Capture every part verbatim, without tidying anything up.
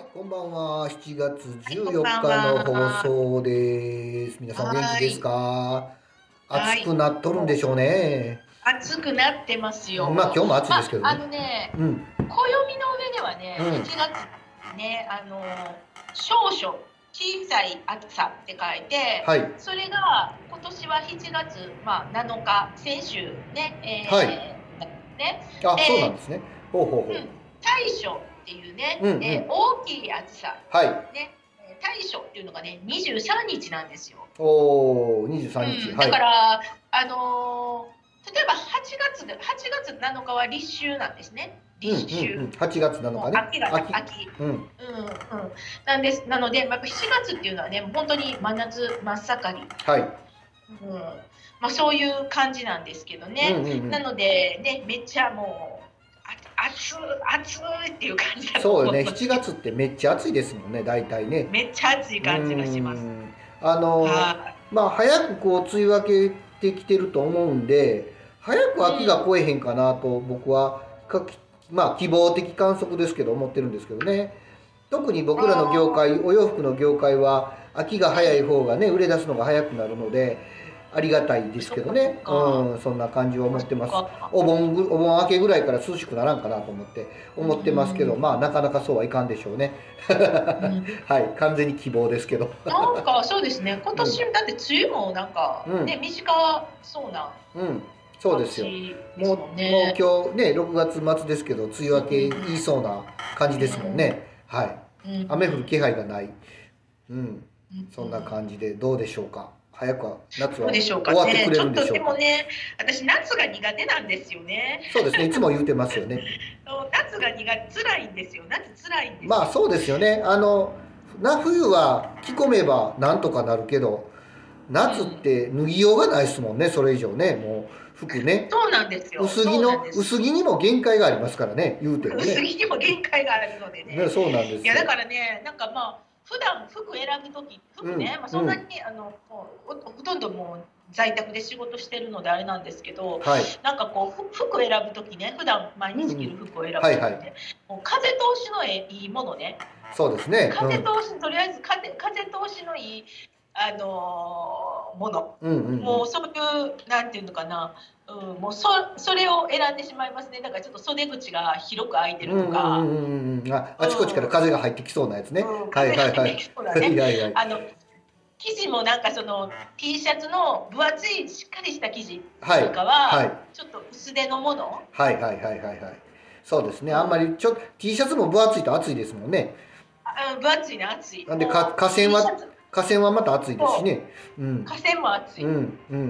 こんばんは。しちがつはい、こん 14 ばん日の放は。 送です。皆さんお元気ですはーい。 か？暑くはい。 なっとるんでもう、 しょうね。 暑くなってますまあよ。 今日も暑いまあ、あですけどね。 のね、 うん。 暦の上ではね、 うん。 しちがつね、あの、少々、小さい暑さって書いて、 はい。 それが今年はしちがつ、まあ、なのか、先週ね、 はい。 えー、ね。 あ、そうなんでで、 すね。ほうほうほうん、大暑っていうう。うね、 んうん。 えー大きい暑さ、 はい。 ね、えー大暑っていうのがね、にじゅうさんにちなんですよ。 おー、にじゅうさんにち。 うん、だかはい。 ら、あのー例えばはちがつで、はちがつなのかは立秋なんですね。 うんうん立秋。 うん。はちがつなのかね。 もう秋がな、 秋。 秋。 うん。 うん、うん。なんです。なので、まあ、やっぱしちがつっていうのはね、本当に真夏真っ盛り。 はい。 うん。まあ、そういう感じなんですけどうんね。 うんうん。 なので、ね、めっちゃもう、あ暑い、暑いっていう感じだとそうよね。 思いま 7 すけど、 月ってめっちゃ暑いですもんね。大体ね。 めっちゃ暑いうー感じがします。 ん、あの、 はまあ、早くこう、梅雨明けてきてると思うんで、早い。 く秋がうん。 来えへんかなと僕はか、まあ、希望的観測ですけど思ってるんですけどね。特に僕らの業あ界、お洋服の業界は、秋があ、う早いん。 方がね、売れ出すのが早くなるので、ありがたいですそっかそっけどね。 か。 うん、そんな感じは思あ、そっってます。 か。 お盆ぐ、お盆明けぐらいから涼しくならんかなと思って、 う思ってますけど、まあ、 ん。 なかなかそうはいかんでしょうね。 うん。 はい、完全に希望ですけど。 なんか、そうですね。今うん。 年、だって梅雨もなんか、ね、 うん。 短そうなうん。そうで感すよ。 じですもんもう、もうね。 今日ね、ろくがつ末ですけど、梅雨明けうん。 言いそうな感じうですもんん。 ね。はい。 うん。 雨降る気配がない。うん。 うん。 そんな感じでどうでしょうか。早くは、夏はどうでしょう終かね。 わってくれるんちょっとでしょうか。 でもね、私、夏が苦手なんですよね。 そうですね。いつも言うてますよね。 そう夏が苦手、辛いんですよ。夏辛いんですよ。 まあそうですよね。あの、な、冬は着込めばなんとかなるけど、夏っうん。 て脱ぎようがないですもんね。それ以上ね。もう服ね。 そうなんですよ。 薄着の、 そうなんです。 薄着にも限界がありますからね。言うても薄ね。 着にも限界があるのでね、 ね。 そうなんでいや、だすよ。 からね、なんかまあ、普段服選ぶとき、 うん、 服ね、まあ、そんなにうん。 あのもうほほとんどもう在宅で仕事してるのであれなんですけど、 はい。 なんかこう、ふ服選ぶときね、普段毎うん、 日着るうん。 服を選はいはい。 ぶときね、もう風通しのえいいものね、 そうですね。うん。 風通し、とりあえず風風通しのいい、あのーもの。 うんうんうん。 もうそういう、なんていうのかな、うん、もうそそれを選んでしまいますね。だからちょっと袖口が広く開いてるとうんうんうんか、 うんうん。あ、 うあちこちからん、 風が入ってきそうなやつね。 うん、 はい風が入ってきはいはい。 そうなね。 はいはいはい。 あの、生地もなんかその T シャツの分厚いしっかりした生地よりはい。 かは、 はい。 ちょっと薄手のもの、 はいはいはいはいはい。そうですね。あんまうん、 りちょっと T シャツも分厚いと暑いですもんね。 あ分厚いね、厚い。 なんでか、 もう河川 T シャは、 ツ河川はまた暑いですしとね。うん。 河川も厚い。 うん、うん、うん。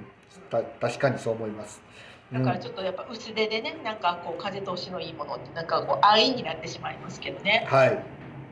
た、確かにそう思います。うだからん。 ちょっとやっぱ薄手でね、なんかこう風通しのいいものって、なんかこう安易になってしまいますけどね。 はい。 うん、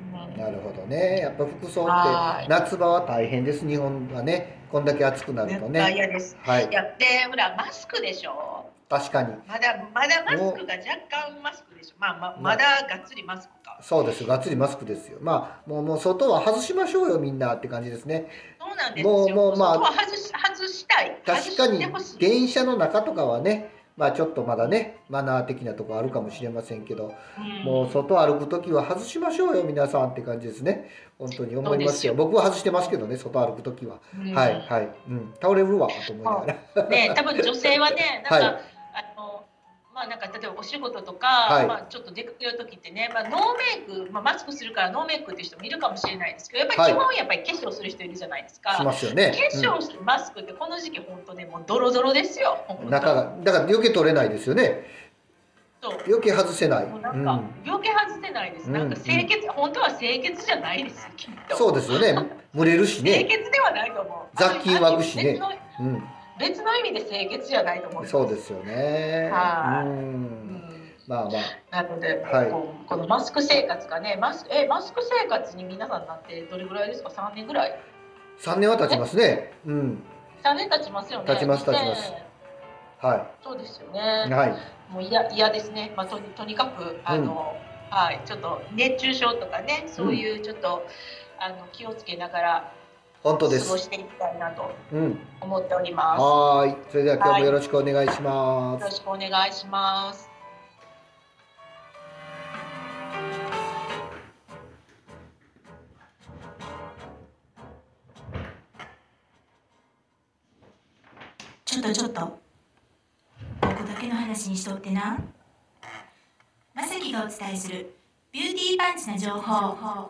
なるほどね。やっぱ服装っては夏場は大変です。日本はね。こんだけ暑くない。 るとね、あ、 ね。 嫌です。 はい。 いや、で、ほら、マスクでしょ。 確かに。 まだ、まだマスクもが若干マスクでしょ。まあ、ま、 う、 まな、 だがっつりマスクか。 そうです。がっつりマスクですよ。まあ、もう、もう外は外しましょうよ、みんなって感じですね。 そうなんでもう、 すよ。 もう、 もう外はまあ、 外し、外したい。外して確かにほしい。 電車の中とかはね、まあちょっとまだうん。 ね、マナー的なところあるかもしれませんけど、 うもうん。 外歩くときは外しましょうよ、皆さんって感じですね。本当に思いますよ。 そうですよ。 僕は外してますけどね、外歩くときは。 うん。 はい、はい。うん。倒れるわ、と思いながまら。 あ、ね、多分女性はね、なんか、 はい、 あの、まあなんか例えばお仕事とか、 はい。 まあちょっと出かける時ってね、まあノーメイク、まあマスクするからノーメイクっていう人もいるかもしれないですけど、やっぱり基はい。 本やっぱり化粧する人いるじゃないですか。 しますよね。う化粧してマスクってこの時期本当ね、もうドロドロですよ、 ん。 本当。 中が、だから余計取れないですよね。 そ余計外せなう。もうい。 なんかうん。 余計外せないです。 うん、うなんか清ん。 潔、本当は清潔じゃないです、きっと。 そうですよね。蒸れるし清ね。 潔ではないと思う。あの、 雑菌ある意湧くしね。 味別の、 うん。 別の意味で清潔じゃないと思います。 そうですよね。うはい。うん。 ん。 まあまなので、 あ。はい。 こう、このマスク生活がね、マスク、え、マスク生活に皆さんなってどれぐらいですか？ さん 年ぐらい？ さんねんは経ちまえすね。うん。 さん 年経ちますよね。 経ちます、経ちます。 にせん、 はそうですよい。 ね。 はい。 もう嫌、嫌ですね。まあ、とに、とにかく、 うん。 あの、はい、ちょっと熱中症とかね、 うん。 そういうちょっと、あの、気をつけながら本当です。 過ごしていきたいなとうん。 思っております。 はーい。それでは今日はい。よもよろしくお願いします。 ろしくお願いします。 ちょっとちょっと、ここだけの話にしとってな。まさきがお伝えするビューティーパンチな情報。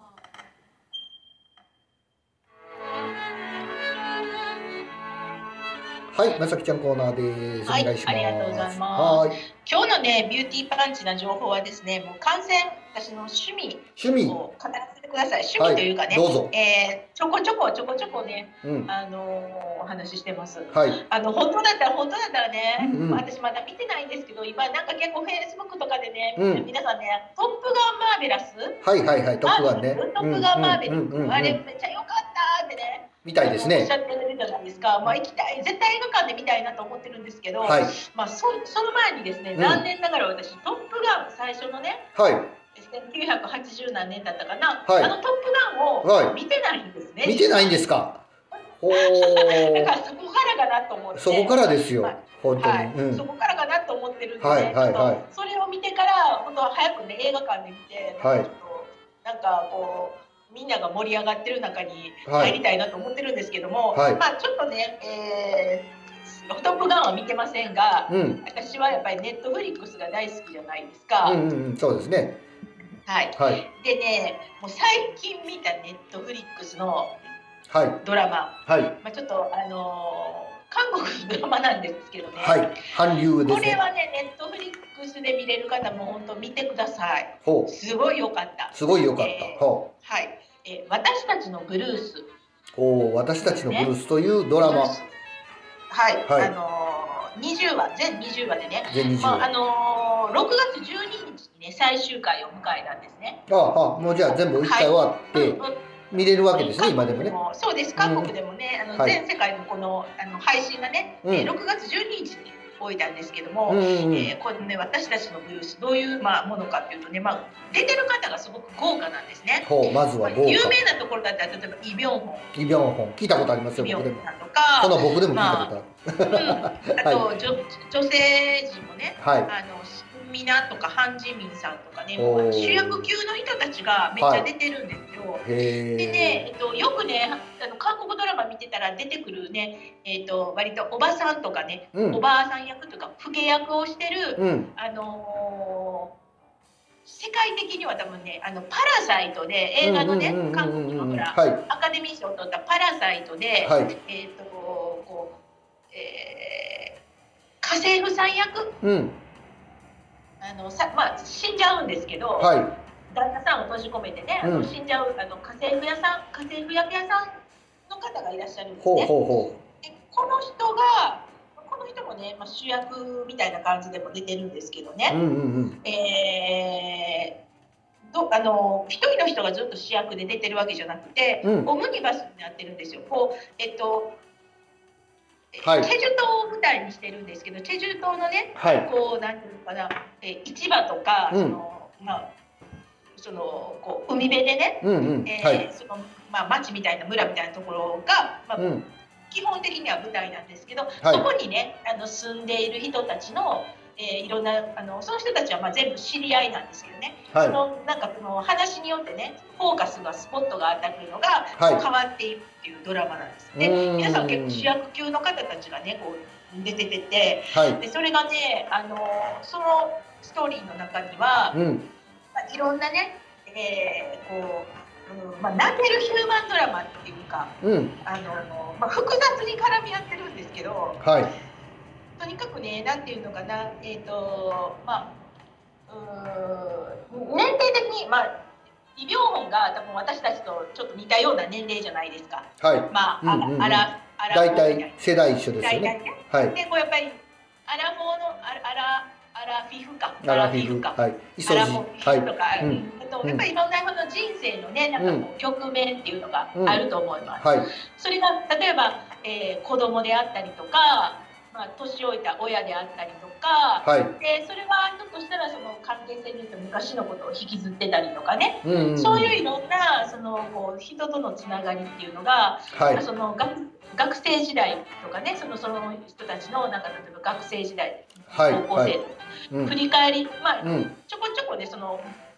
はい、まさきちゃんコーナーです。おはい、 願いします。 ありがとうございます。 はい、 今日のね、ビューティーパンチな情報はですね、もう完全私の趣味趣味。 を語らせてください。趣味というかね、 はい、どうぞ。 えーちょこちょこちょこちょこね、 うん、 あのーお話ししてます。 はい、 あの本当だったら本当だったらね、 うんうんまあ私まだ見てないんですけど、今なんか結構フェイスブックとかでね、 うん皆さんね、トップガンマーベラス、 はいはいはい、トップガンね。 トップガンマーベラス、 うんうんうんうんあれめっちゃ良かったってね。 みたいですねおっしゃってるじゃないですか。まあ行きたい、絶対映画館で見たいなと思ってるんですけど、 はい、 まあそその前にですね、 うん残念ながら私トップガン最初のね、 はい、 せんきゅうひゃくはちじゅう何年だったかな、 はいあのトップガンはいを見てないんですね。 見てないんですか。ほだー、 からそこからかなと思って。 そこからですよ、 はい本当に。 はい、 うん、 そこからかなと思ってるんで、ね、 はいはいはいちょっとそれを見てから本当は早くね映画館で見て、 はいなんかちょっとなんかこうみんなが盛り上がってる中にはい入りたいなと思ってるんですけども、 はいまあちょっとね、えー、トップガンは見てませんが、 うん、 私はやっぱりネットフリックスが大好きじゃないですか。 うんうんうん、そうですね。 はい。 はい、 でね、もう最近見たネットフリックスのはい、 ドラマ、 はい、 まあちょっとあのー韓国のドラマなんですけどね。 はい、韓流ですね。 これはね、ネットフリックスで見れる方も本当見てください。 ほう、 すごい良かった。 すごい良かった。 えーほはい、えー私たちのブルース。 う、ほう、私たちのブルースというドラマ、 はい、 はいあのー、にじゅうわ、全にじゅうわでね、 全にじゅうまあ、あわ。 のー、ろくがつじゅうににちにね、最終回を迎えたんですね。 ああ、もうじゃあ全部一回終わってうんうん見れるわけですね、今でもね。 そうです、韓国でもね、あのはい全世界のこのあの配信がね、 うんえーろくがつじゅうににちに終えたんですけども、 うんうんうん、 えーこのね、私たちのブルースどういう、まあ、ものかっていうとね、まあ、出てる方がすごく豪華なんですね。 ほう、まずは豪華。 有名なところだったら例えばイ・ビョンホン、 イ・ビョンホン、聞いたことありますよ、 イ・ビョン僕でも。 ホンさんとか、 その僕でも聞いたことある。 うん、あと、女女性陣もね、 はい。 あのミナとかハン・ジミンさんとかね、 おーもう主役級の人たちがめっちゃ出てるんですよ。 へでね、えっと、よくねあの韓国ドラマ見てたら出てくるね、えっと、割とおばさんとかね、 うんおばあさん役とか老け役をしてる、 うん。 あのー世界的には多分ねあのパラサイトで映画のねうんうんうんうんうん韓国のほら、 はい。 アカデミー賞を取ったパラサイトで、 はい。 えっとこう、えー、家政婦さん役うん。 あのさ、まあ、死んじゃうんですけど、 はい。 旦那さんを閉じ込めてね、あのうん死んじゃうあの家政婦屋さん家政婦役屋さんの方がいらっしゃるんですほうね。 ほうほでこの人がこの人もね、まあ、主役みたいな感じでも出てるんですけどう。うんね、 うんうん。 えー、どあの一人の人がずっと主役で出てるわけじゃなくて、 うんオムニバスになってるんですよ。こうえっとはいチェジュ島を舞台にしてるんですけど、チェジュ島のね、 はい。 こうなんていうのかな、えー市場とか、 うんそのまあそのこう海辺でね、 うんうん。 えーはい。 そのまあ町みたいな村みたいなところが、まあうん。 基本的には舞台なんですけど、 はいそこにねあの住んでいる人たちの、えーいろんなあのその人たちはまあ全部知り合いなんですけどね、そはのなんかその話によってねフォーカスがスポットが当たるのがはい変わっていくっていうドラマなんです。 い。 でうん皆さん結構主役級の方たちがねこう出ててて、 はい。 でそれがねあのそのストーリーの中には、 うん。 まあ、いろんなね、えーこう、うんまあ、泣けるヒューマンドラマっていうかうん。 あの、まあ、複雑に絡み合ってるんですけど、 はい。 とにかくねなんていうのかなえっ、とまあうーん年齢的にまあイ・ビョンホンが多分私たちとちょっと似たような年齢じゃないですか。 はい。 まあ、 うんうんうんあらあら大フォーみたい体世代一緒なですよね。 大体ね。 はい。 でこうやっぱりアラフォーのあらあらアラフィフかアラフィフ。 か。 はい。イソジ。 アラフォーはい。 とか、 うんあとやっぱりいろんな人の人生のねなんかこう局面っていうのがあると思います。 はい。 それが例えば、えー子供であったりとか、まあ、年老いた親であったりとか、 はい。 でそれはひょっとしたらその関係性によって昔のことを引きずってたりとかね、 うんうん。 そういういろんなそのこう人とのつながりっていうのが、 はい。 その学学生時代とかねそのその人たちのなんか例えば学生時代はい。 高校はい。 生とか、 うん振。り返り、まあ、 うん。 ちょこちょこねその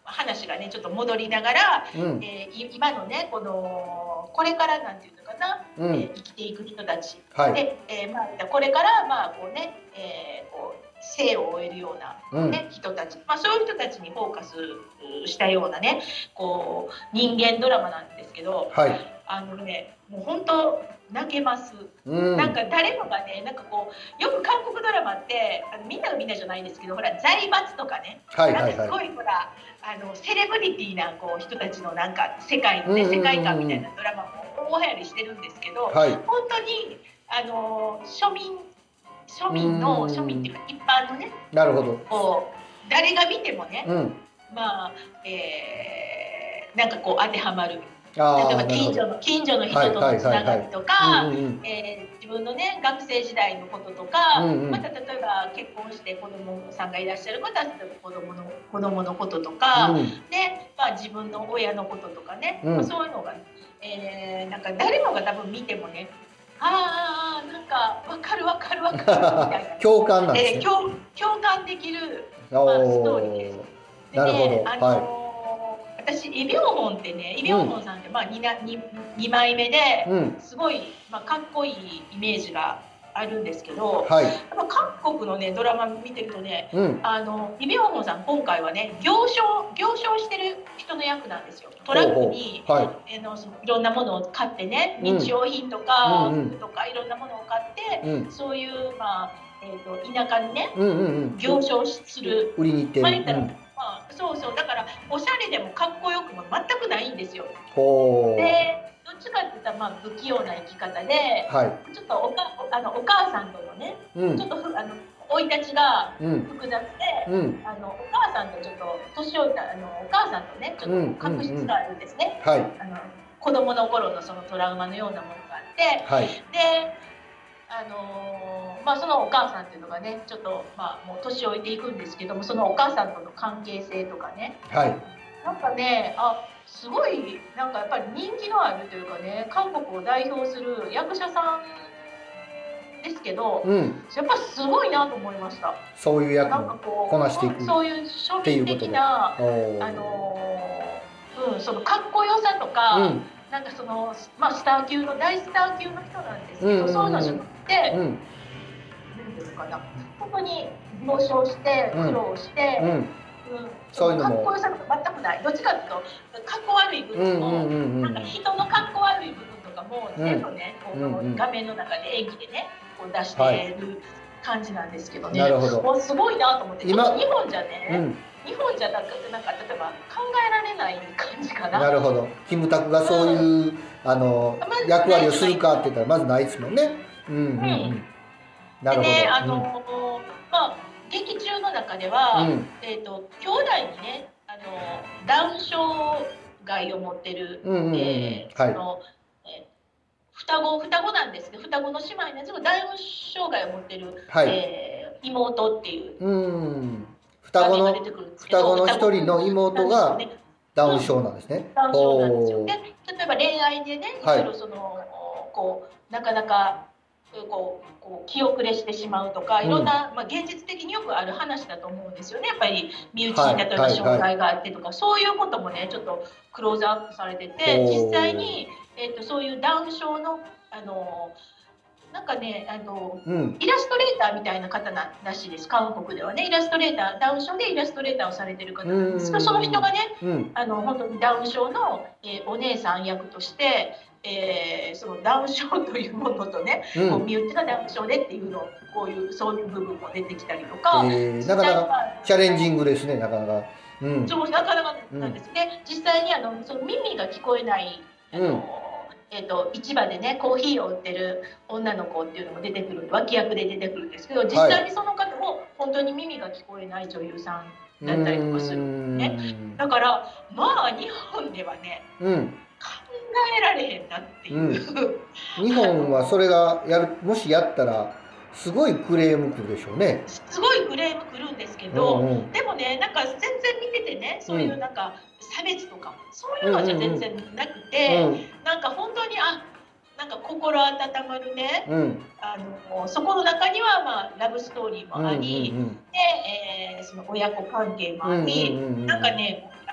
話がねちょっと戻りながら、 うんえーい今のねこのこれからなんていうのかな、 うんえー生きていく人たち、 はいで、えーまあ、これからまあこうね、えーこう生を終えるような、 うんね人たち、まあ、そういう人たちにフォーカスしたようなねこう人間ドラマなんですけど、 はいあのねもう本当泣けます。 うんなんか誰もがねなんかこうよく韓国ドラマってあのみんながみんなじゃないんですけどほら財閥とかね、 はいはいはいなんかすごいほらあのセレブリティなこう人たちのなんか世界のね、 うんうんうんうん世界観みたいなドラマも大流行りしてるんですけど、 はい本当にあの庶民庶民のうん庶民っていうか一般のねなるほどこう誰が見てもね、 うんまあ、えーなんかこう当てはまる。 ああ例えばなるほど近所の近所の人とのつながりとか、 うんうんうんえー自分のね学生時代のこととか、 うんうんまた例えば結婚して子供さんがいらっしゃる方は例えば子供の子供のこととか、 うんで、まあ、自分の親のこととかね、 うんまあ、そういうのが、えーなんか誰もが多分見てもねああなんか分かる分かる分かるみたいな共感なんですねえー共共感できる、 おまあ、ストーリーーです。でなるほどねあのはー私イ・ビョンホンってねイ・ビョンホンさんってまあ 2, な 2, 2枚目でいうんすごい、まあ、かっこいいイメージがあるんですけど、 はいやっぱ韓国のねドラマ見てるとねうんあのイ・ビョンホンさん今回はね行商行商してる人の役なんですよ。トラックにほうほうはいえーのそのいろんなものを買ってねうん日用品とかうんうん服とかいろんなものを買って、 うんそういう、まあえー、と田舎にねうんうんうん行商する。 売りに行ってるまあ言ったらうんまあ、そうそうだからおしゃれでもかっこよくも全くないんですよ。 ほうでどっちかって言ったらまあ不器用な生き方ではいちょっとおかあのお母さんとのねうんちょっとふあの生い立ちがうん複雑で、 うんあのお母さんとちょっと年老いたあのお母さんとねちょっと確執があるんですね。 はいあの子供の頃のそのトラウマのようなものがあってはいであのーまあ、そのお母さんっていうのがねちょっと、まあ、もう年老いていくんですけどもそのお母さんとの関係性とかねはいなんかねあすごいなんかやっぱり人気のあるというかね韓国を代表する役者さんですけどうんやっぱすごいなと思いました。 そういう役なんかもこうこなしていくそういう庶民的なおーあのーうん、そのかっこよさとか、 うんなんかその、まあ、スター級の大スター級の人なんですけど、 うんうんうんそういうのじゃなくて、 うんなんていうのかな本当に病床して苦労して、 うんうんそういうのもかっこよさとか全くないどっちかっていうとかっこ悪い部分も、 うんうんうんうんなんか人のかっこ悪い部分とかも全部ね、こううんうん画面の中で演技でねこう出してる感じなんですけどね、 なるほどもうすごいなと思ってちょっ今と日本じゃうね、 ん日本じゃなんかなんか例えば考えられない感じかな。 なるほどキムタクがそういうあのまず役割をするかって言ったらまずないですもんねうんうんうんうんなるほどでね、あのまあ劇中の中では、 うんえっ、と兄弟にね、あのダウン障害を持ってる、 うんうんうんうんえーはいそのえー双子双子なんですけど、双子の姉妹なんですけどダウン障害を持ってる、 はいえー妹っていううん双子の場面が出てくるんですけど、 双子の一人の妹がねダウン症なんですね。 ダウン症なんですよ。 ほうで、例えば恋愛でね、いはいろいろその、こうなかなかこうこう気遅れしてしまうとか、いろんな、まあ現実的によくある話だと思うんですよね。やっぱり身内に例えば障害があってとか、そういうこともね、ちょっとクローズアップされてて、 ほう実際にえっ、とそういうダウン症のあのなんかねあのうんイラストレーターみたいな方ならしいです。韓国ではね、イラストレーターダウン症でイラストレーターをされてる方なんですが、 うんその人がね。 うんあの本当にダウン症の、えーお姉さん役として、えーそのダウン症というものとね、 うんこう身内がダウン症でっていうのこういうそういう部分も出てきたりとか、 えーなかなかチャレンジングですねなかなか。うんそうなかなかなんですね。実際にあのその耳が聞こえないあの、 うんえー、と市場でねコーヒーを売ってる女の子っていうのも出てくる脇役で出てくるんですけど、実際にその方も本当に耳が聞こえない女優さんだったりとかするんですね。 うんだからまあ日本ではねうん考えられへんなっていう、 日本はそれがやるもしやったらすごいクレームくるでしょうね。 すごいクレームくるんですけど、 うんうんでもねなんか全然見ててねそういうなんか差別とかそういうのじゃ全然なくて、なんか本当にあなんか心温まるね、 うんうんあのそこの中にはまあラブストーリーもあり、 うんうんで、えーその親子関係もあり、 うんうんうんうんなんかねあ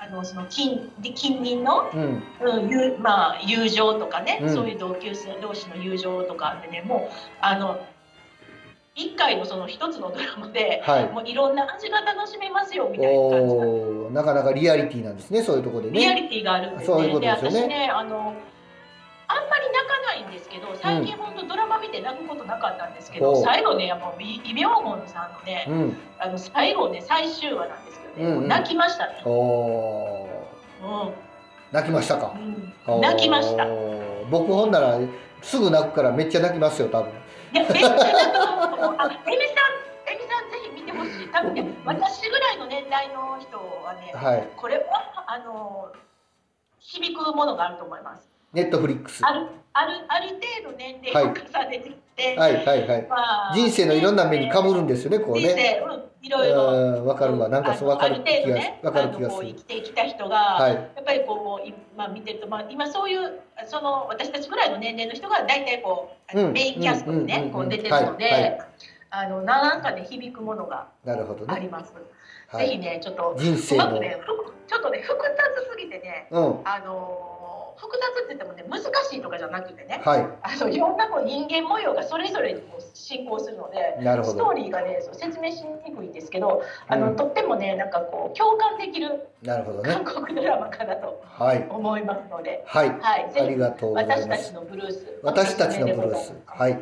あのその近で近隣の、 うんうん友まあ、友情とかね、 うんそういう同級生同士の友情とかでね、もうあの一回のその一つのドラマで、 はいもういろんな味が楽しめますよみたいな感じなんです。 おーなかなかリアリティなんですね、そういうところでリアね。 リティがあるんですそういうね。 ことですよね私ね、あのあんまり泣かないんですけど、最近本当ドラマ見て泣くことなかったんですけど、 ほう最後ね、やっぱイ・イ・ビョンホンさんのね、 うんあの最後ね、最終話なんですけどね、 うんうん泣きましたね。 おーう泣きましたか。 ん、 おー泣きました。 僕ほんならすぐ泣くからめっちゃ泣きますよ多分。 いや、めっちゃ泣くと思う。あ、エミさん、エミさんぜひ見てほしい。多分ね、私ぐらいの年代の人はね、 はいこれはあの響くものがあると思います。 ネットフリックス。 あるあるある程度年齢を重ねてきて、 はいはいはい。 まあ、 人生のいろんな目にかぶるんですよね、こう人ね。 生、うん、いろいろ。 うんわかるわ、なんかそうわかるあのある程度ね、 気がわかるあのこう気がする。 生きてきた人が、 はいやっぱりこう、いまあ、見てると、まあ、今そういうその私たちぐらいの年齢の人が大体こう、あのうんメインキャストにうんうんうんうんねこう出てるので、 はいはいあのなんかね響くものがなるほどね。 あります。 はい。 ぜひねちょっと人生のうまくねふちょっとね複雑すぎてね、 うんあの複雑って言ってもね難しいとかじゃなくてね、 はあのいろんなこう人間模様がそれぞれにこう進行するので、 い。なるほストーど。 リーがねそう説明しにくいんですけど、あの、 うんとってもねなんかこう共感できるなるほどね。 韓国ドラマかなとはい思いますので、 はい。 はい、 あぜひりがとうござい私たちます。 のブルース、 私たちのブルーおすすスめでございます。 はい。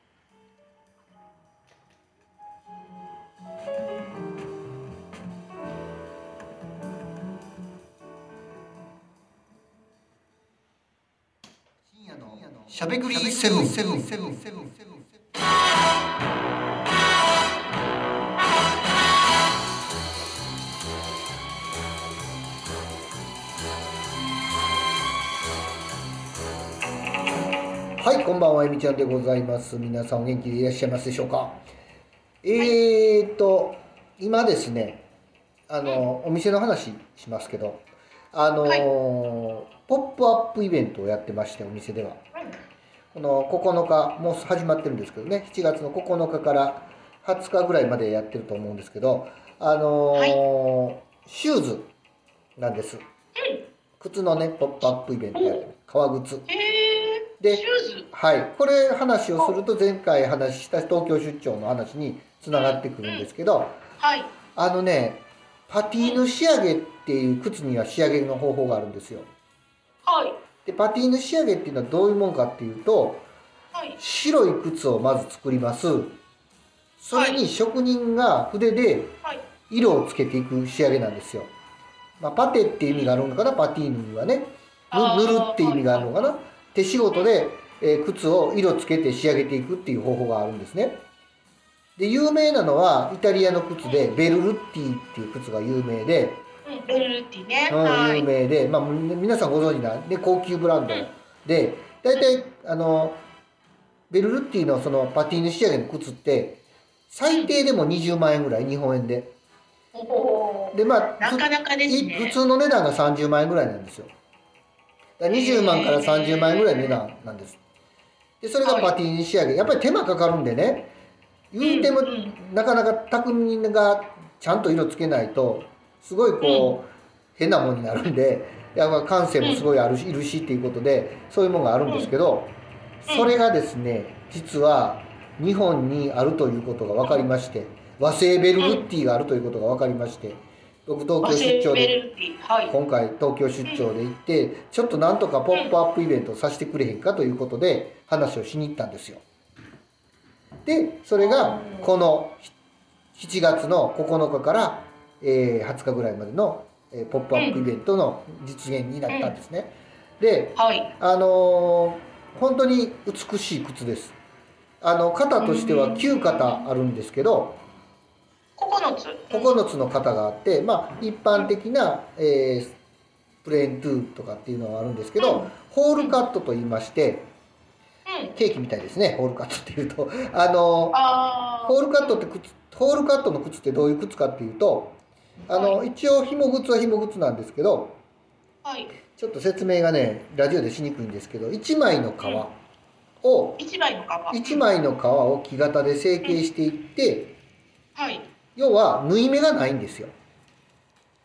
しゃべくりセブンセブンセブンセブンセブン。はい、こんばんは、えみちゃんでございます。皆さんお元気でいらっしゃいますでしょうか。えーと、今ですね、あの、お店の話しますけど、あの、 はいポップアップイベントをやってまして、お店では。このここのか、もう始まってるんですけどね、しちがつのここのかからはつかぐらいまでやってると思うんですけど、あのーシューズなんです。靴のね、ポップアップイベントやってる。革靴。 へえ。 でシューズ。 はい、これ話をすると前回話した東京出張の話につながってくるんですけど、 はい。 あのね、パティーヌ仕上げっていう靴には仕上げの方法があるんですよ。 はい。 で、パティーヌ仕上げっていうのはどういうもんかっていうと、 はい。 白い靴をまず作ります。それに職人が筆ではい。 色をつけていく仕上げなんですよ。まあ、パテっていう意味があるのかな、パティーヌにはね。 あーぬ塗るっていう意味があるのかな。手仕事で、えー靴を色つけて仕上げていくっていう方法があるんですね。で、有名なのはイタリアの靴で、ベルルッティっていう靴が有名で、 うん、ベルルティね。 うん、有はい。 名で、まあ、み皆さんご存知な、ね、高級ブランドで、大体、あの、ベルルッティのそのパティーヌ仕上げの靴って、最低でもにじゅうまんえんぐらい、日本円で。 おお。 で、まあ、 なかなかですいね。 普通の値段がさんじゅうまんえんぐらいなんですよ。だからにじゅうまんからさんじゅうまんえんぐらいの値段なんです。で、それがパティーヌ仕上げ。やっぱり手間かかるんでね、言うてもうんうんなかなか匠がちゃんと色つけないと、すごいこう、変なもんになるんで、やっぱ感性もすごいあるし、いるしっていうことで、そういうものがあるんですけど、 うんそれがですね、実は日本にあるということが分かりまして、和製ベルルッティがあるということが分かりまして、僕東京出張ベで、 ルルティ。はい。 今回東京出張で行ってちょっとなんとかポップアップイベントをさせてくれへんかということで話をしに行ったんですよ。でそれがこのしちがつのここのかからえーはつかぐらいまでのえーポップアップイベントの実現になったんですね。ではい。 あのー本当に美しい靴です。あの型としてはきゅう型あるんですけど、 ここのつ。 ここのつの型があって、まあ、一般的な、えープレーントゥーとかっていうのはあるんですけど、 うんホールカットと言いましてうん。 ケーキみたいですね、ホールカットっていうとあのああ。 ホールカットって靴ホールカットの靴ってどういう靴かっていうとあの、 はい一応紐靴は紐靴なんですけど、 はい。 ちょっと説明がねラジオでしにくいんですけど、いちまいの皮を一枚の皮。 いちまいの皮を木型で成形していって、 はい。 要は縫い目がないんですよ。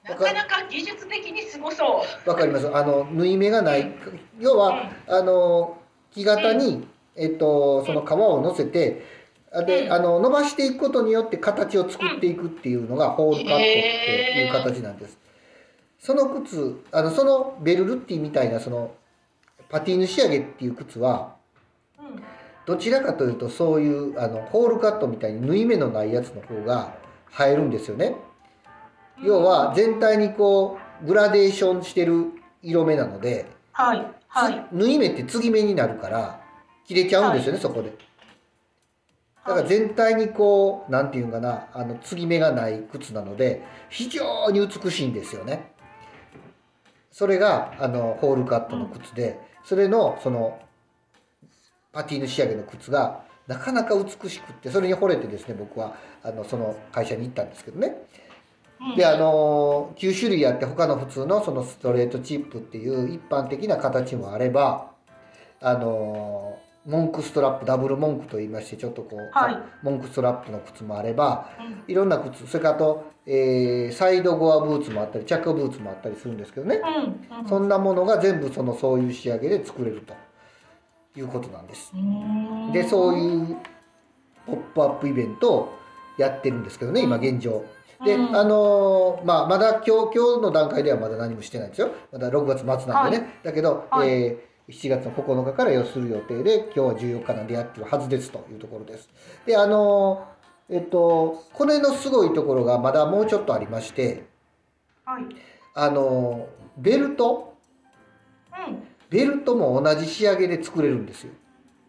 なかなか技術的にすごそう。 わかります。あの縫い目がない、要はあの木型に、えっと、その皮を乗せて、であの伸ばしていくことによって形を作っていくっていうのがホールカットっていう形なんです。その靴、あのそのベルルッティみたいなそのパティーヌ仕上げっていう靴は、どちらかというとそういうあのホールカットみたいに縫い目のないやつの方が映えるんですよね。要は全体にこうグラデーションしてる色目なので、 はいはい、 縫い目って継ぎ目になるから切れちゃうんですよね、はい、そこで。だから全体にこうなんていうんかな、あの継ぎ目がない靴なので非常に美しいんですよね。それがあのホールカットの靴で、それのそのパティーヌ仕上げの靴がなかなか美しくって、それに惚れてですね、僕はあのその会社に行ったんですけどね。であのきゅう種類あって、他の普通のそのストレートチップっていう一般的な形もあれば、あのモンクストラップ、ダブルモンクといいまして、ちょっとこう、はい、モンクストラップの靴もあれば、いろんな靴、それからあと、えー、サイドゴアブーツもあったり、チャックブーツもあったりするんですけどね、うんうん、そんなものが全部そのそういう仕上げで作れるということなんです。でそういうポップアップイベントをやってるんですけどね、今現状。で、うん、あのー、まあまだ今日今日の段階ではまだ何もしてないんですよ。まだろくがつ末なんでね、はい、だけど、はい、えー、しちがつのここのかから要する予定で、今日はじゅうよっかなんでやってるはずですというところです。であのー、えっとこれのすごいところがまだもうちょっとありまして、はい、あのー、ベルト、うん、ベルトも同じ仕上げで作れるんですよ。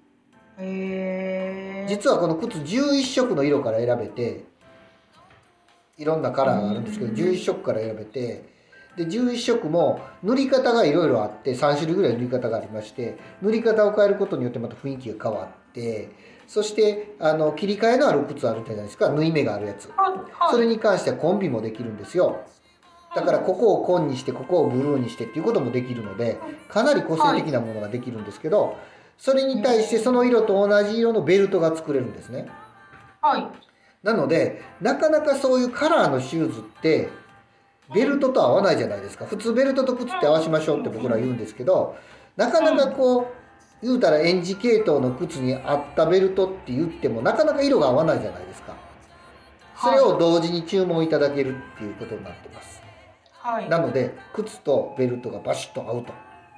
へー。実はこの靴じゅういっしょくの色から選べて、いろんなカラーがあるんですけど、じゅういっしょくから選べて、でじゅういっしょくも塗り方がいろいろあって、さんしゅるいぐらい塗り方がありまして、塗り方を変えることによってまた雰囲気が変わって、そしてあの切り替えのある靴あるじゃないですか、縫い目があるやつ、それに関してはコンビもできるんですよ。だからここを紺にしてここをブルーにしてっていうこともできるので、かなり個性的なものができるんですけど、それに対してその色と同じ色のベルトが作れるんですね。はい。なのでなかなかそういうカラーのシューズってベルトと合わないじゃないですか。普通ベルトと靴って合わしましょうって僕ら言うんですけど、なかなかこう言うたらエンジ系統の靴に合ったベルトって言ってもなかなか色が合わないじゃないですか。それを同時に注文いただけるっていうことになってます。はい、なので靴とベルトがバシッと合うと。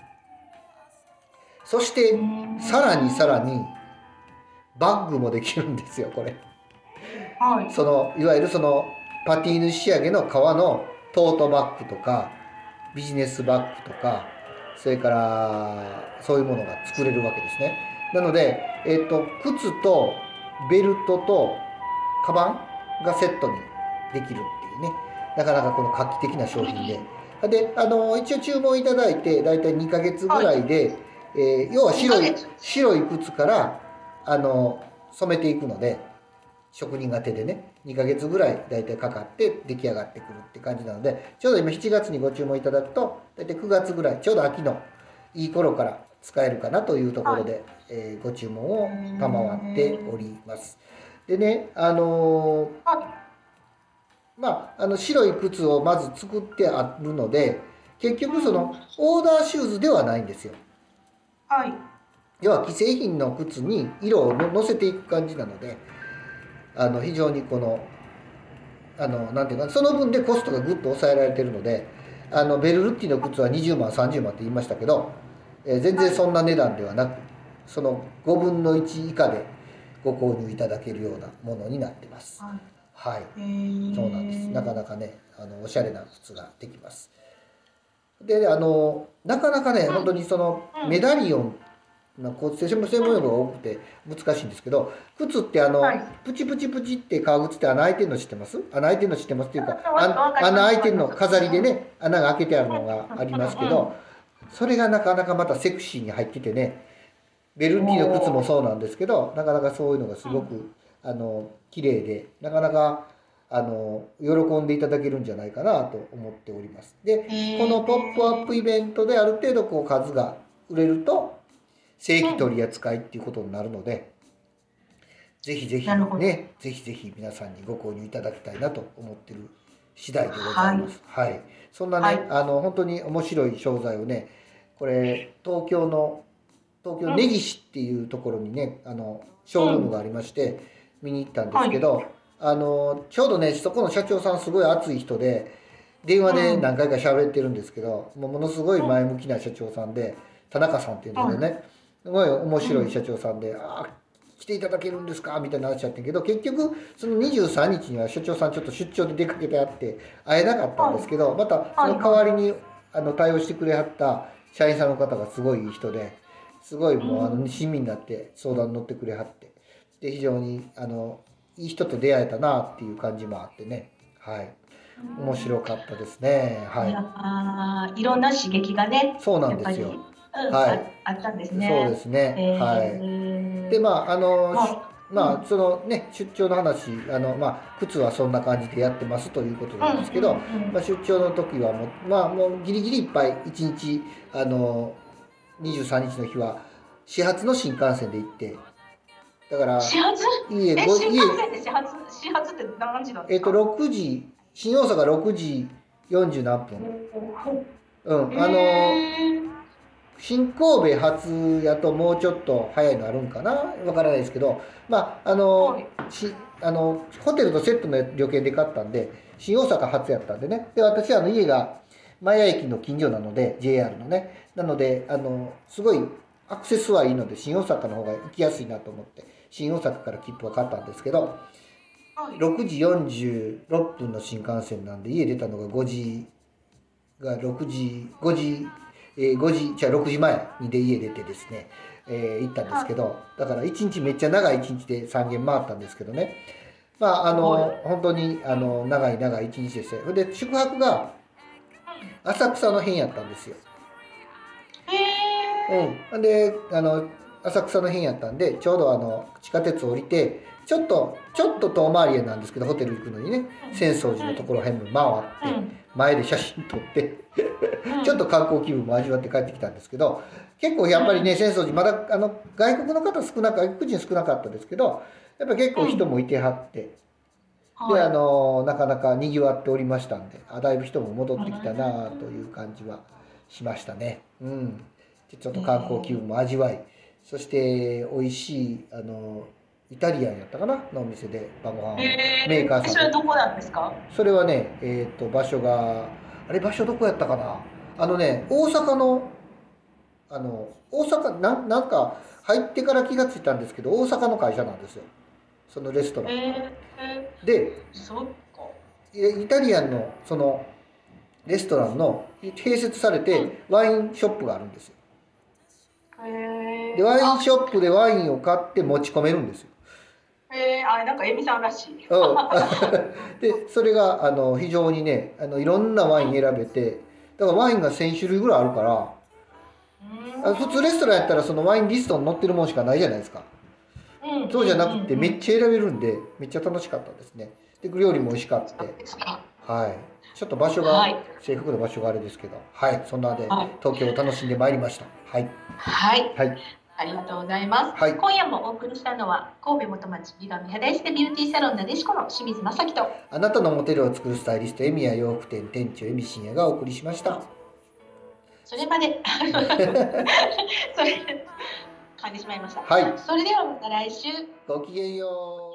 そしてさらにさらにバッグもできるんですよ、これ。はい、そのいわゆるそのパティーヌ仕上げの革のトートバッグとかビジネスバッグとか、それからそういうものが作れるわけですね。なので、えーと、靴とベルトとカバンがセットにできるっていうね、なかなかこの画期的な商品で、であの一応注文いただいてだいたいにかげつぐらいで、はい、えー、要は白い白い靴からあの染めていくので、職人が手でねにかげつぐらいだいたいかかって出来上がってくるって感じなので、ちょうど今しちがつにご注文いただくとだいたいくがつぐらい、ちょうど秋のいい頃から使えるかなというところで、はい、えー、ご注文を賜っております。でね、あのー、まああの白い靴をまず作ってあるので、結局そのオーダーシューズではないんですよ。はい、要は既製品の靴に色をのせていく感じなので、あの非常にこのあのなんていうか、その分でコストがぐっと抑えられているので、あのベルルッティの靴はにじゅうまんさんじゅうまんって言いましたけど、えー、全然そんな値段ではなく、そのごぶんのいち以下でご購入いただけるようなものになってます。はい、はい、そうなんです。なかなかね、あのおしゃれな靴ができます。であのなかなかね、本当にそのメダリオンなんか専門用語が多くて難しいんですけど、靴ってあの、はい、プチプチプチって革靴って穴開いてるの知ってます？穴開いてるの知ってますっていうか、穴開いてるの飾りでね、穴が開けてあるのがありますけど、それがなかなかまたセクシーに入っててね、ベルティーの靴もそうなんですけど、なかなかそういうのがすごくあの綺麗で、なかなかあの喜んでいただけるんじゃないかなと思っております。でこのポップアップイベントである程度こう数が売れると正規取り扱いっていうことになるので、ぜひぜひね、ぜひぜひ皆さんにご購入いただきたいなと思ってる次第でございます。はい、はい、そんなね、はい、あの本当に面白い商材をね、これ東京の東京根岸っていうところにね、あのショールームがありまして見に行ったんですけど、はい、あのちょうどねそこの社長さんすごい熱い人で電話で何回か喋ってるんですけど、もうものすごい前向きな社長さんで、田中さんっていうんですよね、すごい面白い社長さんで、あ来ていただけるんですかみたいな話やってんけど、結局そのにじゅうさんにちには社長さんちょっと出張で出かけてあって会えなかったんですけど、またその代わりにあの対応してくれはった社員さんの方がすごいいい人で、すごいもうあの親身になって相談に乗ってくれはって、で非常にあのいい人と出会えたなっていう感じもあってね、はい、面白かったですね。はい。 あいろんな刺激がね。 そうなんですよ。 うん、はい。あったんですね。 そうですね。はい。でまああの、はい、まあそのね出張の話、あのまあ靴はそんな感じでやってますということなんですけど、まあ出張の時はもうまあもうギリギリいっぱいいちにちあのにじゅうさんにちの日は始発の新幹線で行って、だから始発？ 家え新幹線で始発始発って何時なんですか？ えっとろくじ、新大阪ろくじよんじゅうなんぷん。うん、あの新神戸発やともうちょっと早いのあるんかな、わからないですけど、まああの、はい、しあのホテルとセットの旅券で買ったんで新大阪発やったんでね、で私はあの家が前谷駅の近所なので ジェイアール のね、なのであのすごいアクセスはいいので新大阪の方が行きやすいなと思って新大阪から切符を買ったんですけど、はい、ろくじよんじゅうろっぷんの新幹線なんで家出たのがごじがろくじごじえー、ごじじゃあろくじまえにで家出てですね、えー、行ったんですけど、だからいちにちめっちゃ長いいちにちでさん軒回ったんですけどね、まああの本当にあの長い長いいちにちでしたよ。それで宿泊が浅草の辺やったんですよ。うん、であの浅草の辺やったんでちょうどあの地下鉄降りてちょっとちょっと遠回りなんですけどホテル行くのにね浅草寺のところ辺も回って前で写真撮ってちょっと観光気分も味わって帰ってきたんですけど、結構やっぱりね浅草寺まだあの外国の方少なか外国人少なかったですけどやっぱ結構人もいてはって、うん、であのなかなかにぎわっておりましたんで、あだいぶ人も戻ってきたなという感じはしましたね。うん、でちょっと観光気分も味わい、そして美味しいあのイタリアンやったかなのお店で晩ご飯をメーカーさん。 それはどこなんですか？ それはね、えっと場所があれ場所どこやったかな。あのね大阪のあの大阪ななんか入ってから気がついたんですけど大阪の会社なんですよ。そのレストラン。えー、で、 そっか。 イタリアンのそのレストランの併設されてワインショップがあるんですよ。 へー、 でワインショップでワインを買って持ち込めるんですよ。 えー、あなんかエビさんらしい。 うん、でそれがあの非常にねあのいろんなワイン選べて、だからワインがせんしゅるいぐらいあるから、あ普通レストランやったらそのワインリストに載ってるもんしかないじゃないですか。うん、そうじゃなくてめっちゃ選べるんでめっちゃ楽しかったですね。で料理も美味しかった。はい、ちょっと場所が、はい、制服の場所があれですけど、はい、そんなで、はい、東京を楽しんでまいりました。はい、 はい、 はい、 ありがとうございます。はい、今夜もお送りしたのは神戸元町美顔肌エステビューティーサロンなでしこの清水正樹と、 あなたのモテルを作るスタイリストエミヤ洋服店店長エミシンヤがお送りしました。 それまでそれ噛んでしまいました。 はい、 それではまた来週。 ごきげんよう。